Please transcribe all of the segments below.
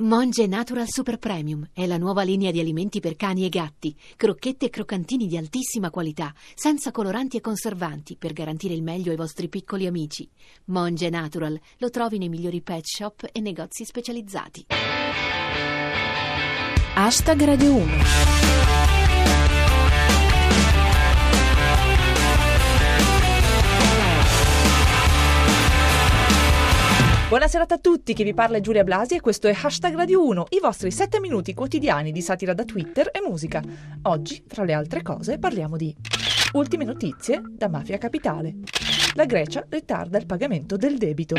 Monge Natural Super Premium è la nuova linea di alimenti per cani e gatti, crocchette e croccantini di altissima qualità, senza coloranti e conservanti, per garantire il meglio ai vostri piccoli amici. Monge Natural lo trovi nei migliori pet shop e negozi specializzati. Hashtag Radio 1. Buonasera a tutti, chi vi parla è Giulia Blasi e questo è Hashtag Radio 1, i vostri 7 minuti quotidiani di satira da Twitter e musica. Oggi, tra le altre cose, parliamo di ultime notizie da Mafia Capitale. La Grecia ritarda il pagamento del debito.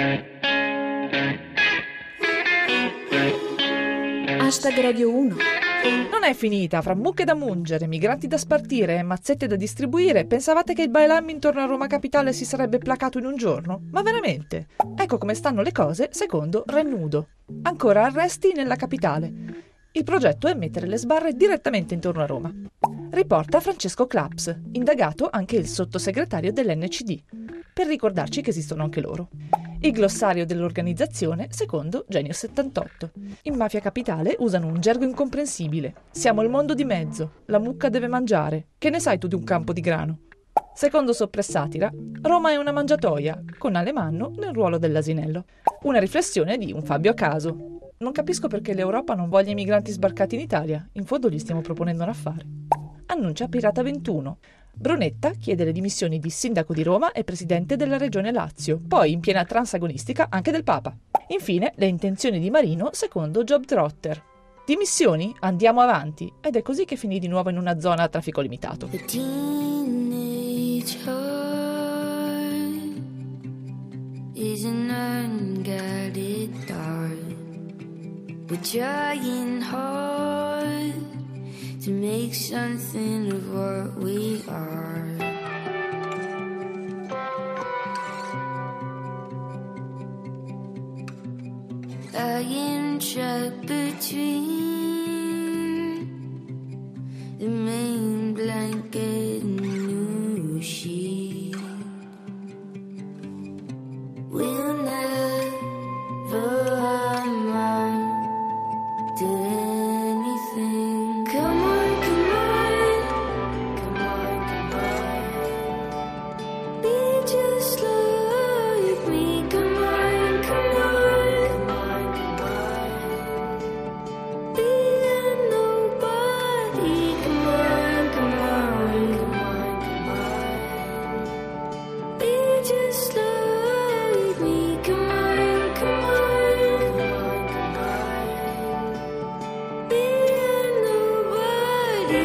Hashtag Radio 1. Non è finita, fra mucche da mungere, migranti da spartire e mazzette da distribuire, pensavate che il bailam intorno a Roma Capitale si sarebbe placato in un giorno? Ma veramente? Ecco come stanno le cose secondo Rennudo. Ancora arresti nella capitale. Il progetto è mettere le sbarre direttamente intorno a Roma. Riporta Francesco Claps, indagato anche il sottosegretario dell'NCD, per ricordarci che esistono anche loro. Il glossario dell'organizzazione secondo Genio 78. In Mafia Capitale usano un gergo incomprensibile. Siamo il mondo di mezzo, la mucca deve mangiare. Che ne sai tu di un campo di grano? Secondo Soppressatira, Roma è una mangiatoia, con Alemanno nel ruolo dell'asinello. Una riflessione di un Fabio a caso. Non capisco perché l'Europa non voglia i migranti sbarcati in Italia, in fondo gli stiamo proponendo un affare. Annuncia Pirata 21. Brunetta chiede le dimissioni di sindaco di Roma e presidente della regione Lazio, poi in piena transagonistica anche del Papa. Infine, le intenzioni di Marino secondo Job Trotter. Dimissioni? Andiamo avanti. Ed è così che finì di nuovo in una zona a traffico limitato. The teenage heart is an unguarded dart. We're trying hard to make something of what we are. I am trapped between the main blanket and new sheet. We'll never amount to anything. Come on, come on, come on, come on. Be just like me. Come on, come on, come on, come on. Be a nobody. Come on, come on, come on, come on. Be just like me. Come on, come on, come on, come on. Be a nobody.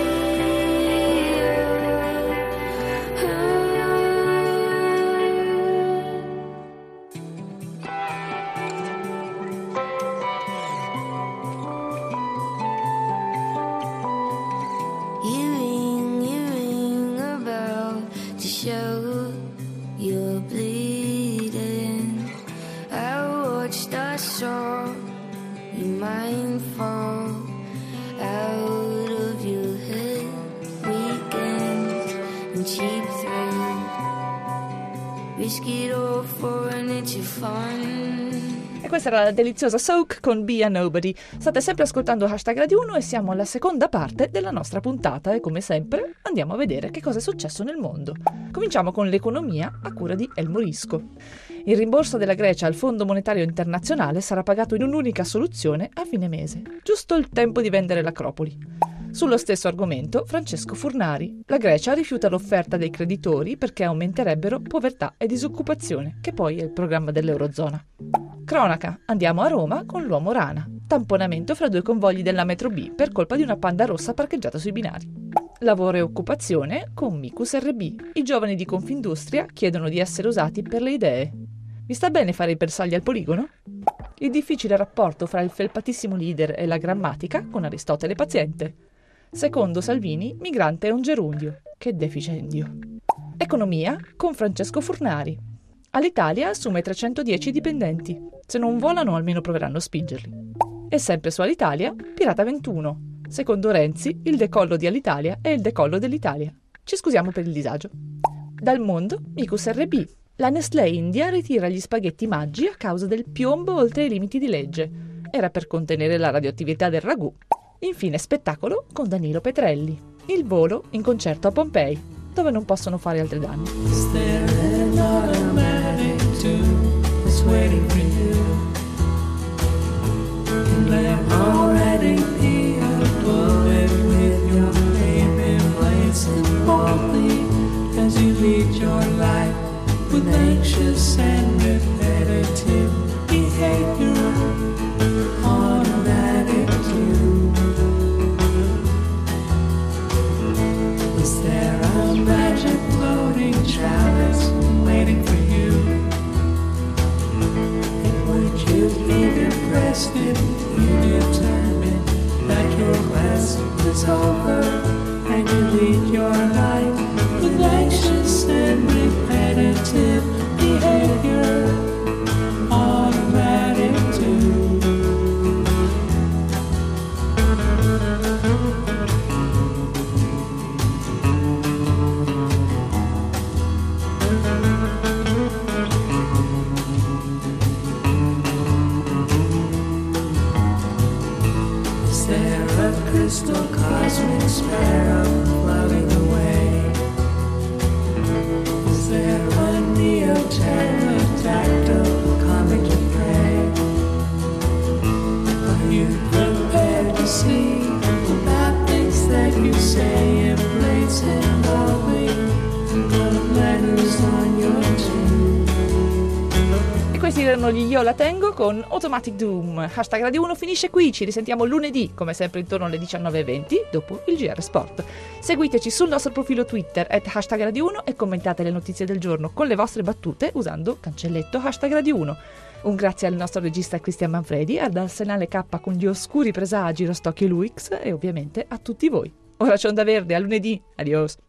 You ring a bell to show you're bleeding. I watched, I saw your mind fall out of your head. Weekends and cheap thrills, risk it all for an inch of fun. E questa era la deliziosa Soak con Be a Nobody. State sempre ascoltando Hashtag Radio 1 e siamo alla seconda parte della nostra puntata e come sempre andiamo a vedere che cosa è successo nel mondo. Cominciamo con l'economia a cura di El Morisco. Il rimborso della Grecia al Fondo Monetario Internazionale sarà pagato in un'unica soluzione a fine mese, giusto il tempo di vendere l'Acropoli. Sullo stesso argomento, Francesco Furnari. La Grecia rifiuta l'offerta dei creditori perché aumenterebbero povertà e disoccupazione, che poi è il programma dell'Eurozona. Cronaca, andiamo a Roma con l'uomo rana. Tamponamento fra due convogli della metro B per colpa di una Panda rossa parcheggiata sui binari. Lavoro e occupazione con Micus RB. I giovani di Confindustria chiedono di essere usati per le idee. Vi sta bene fare i bersagli al poligono? Il difficile rapporto fra il felpatissimo leader e la grammatica con Aristotele paziente. Secondo Salvini, migrante è un gerundio. Che deficiendio. Economia con Francesco Furnari. All'Italia assume 310 dipendenti. Se non volano almeno proveranno a spingerli. E sempre su Alitalia, Pirata 21. Secondo Renzi, il decollo di Alitalia è il decollo dell'Italia. Ci scusiamo per il disagio. Dal mondo, Micus RB. La Nestlé India ritira gli spaghetti Maggi a causa del piombo oltre i limiti di legge. era per contenere la radioattività del ragù. Infine spettacolo con Danilo Petrelli. Il volo in concerto a Pompei, dove non possono fare altri danni. Is there an automatic tune that's waiting for you? And they're already here, bullet with your baby blazing boldly as you lead your life with anxious and repetitive behavior. Automatic tune. Is there a magic floating chalice waiting for you? And would you be impressed if you determined that your quest is over and you lead your life with anxious and repetitive behavior? Automatic tune. Is there a crystal cosmic sparrow floating away? Is there a neo-pterodactyl coming to prey? Are you prepared to see the bad things that you say in place and boldly the letters on your tomb? E questi erano gli Io La Tengo con Automatic Doom. Hashtag Radio 1 finisce qui, ci risentiamo lunedì, come sempre intorno alle 19:20, dopo il GR Sport. Seguiteci sul nostro profilo Twitter @hashtag Radio 1 e commentate le notizie del giorno con le vostre battute usando cancelletto hashtag Radio 1. Un grazie al nostro regista Cristian Manfredi, ad Arsenale K con gli oscuri presagi Rostocchio e Luix e ovviamente a tutti voi. Ora c'è Onda Verde, a lunedì, adios!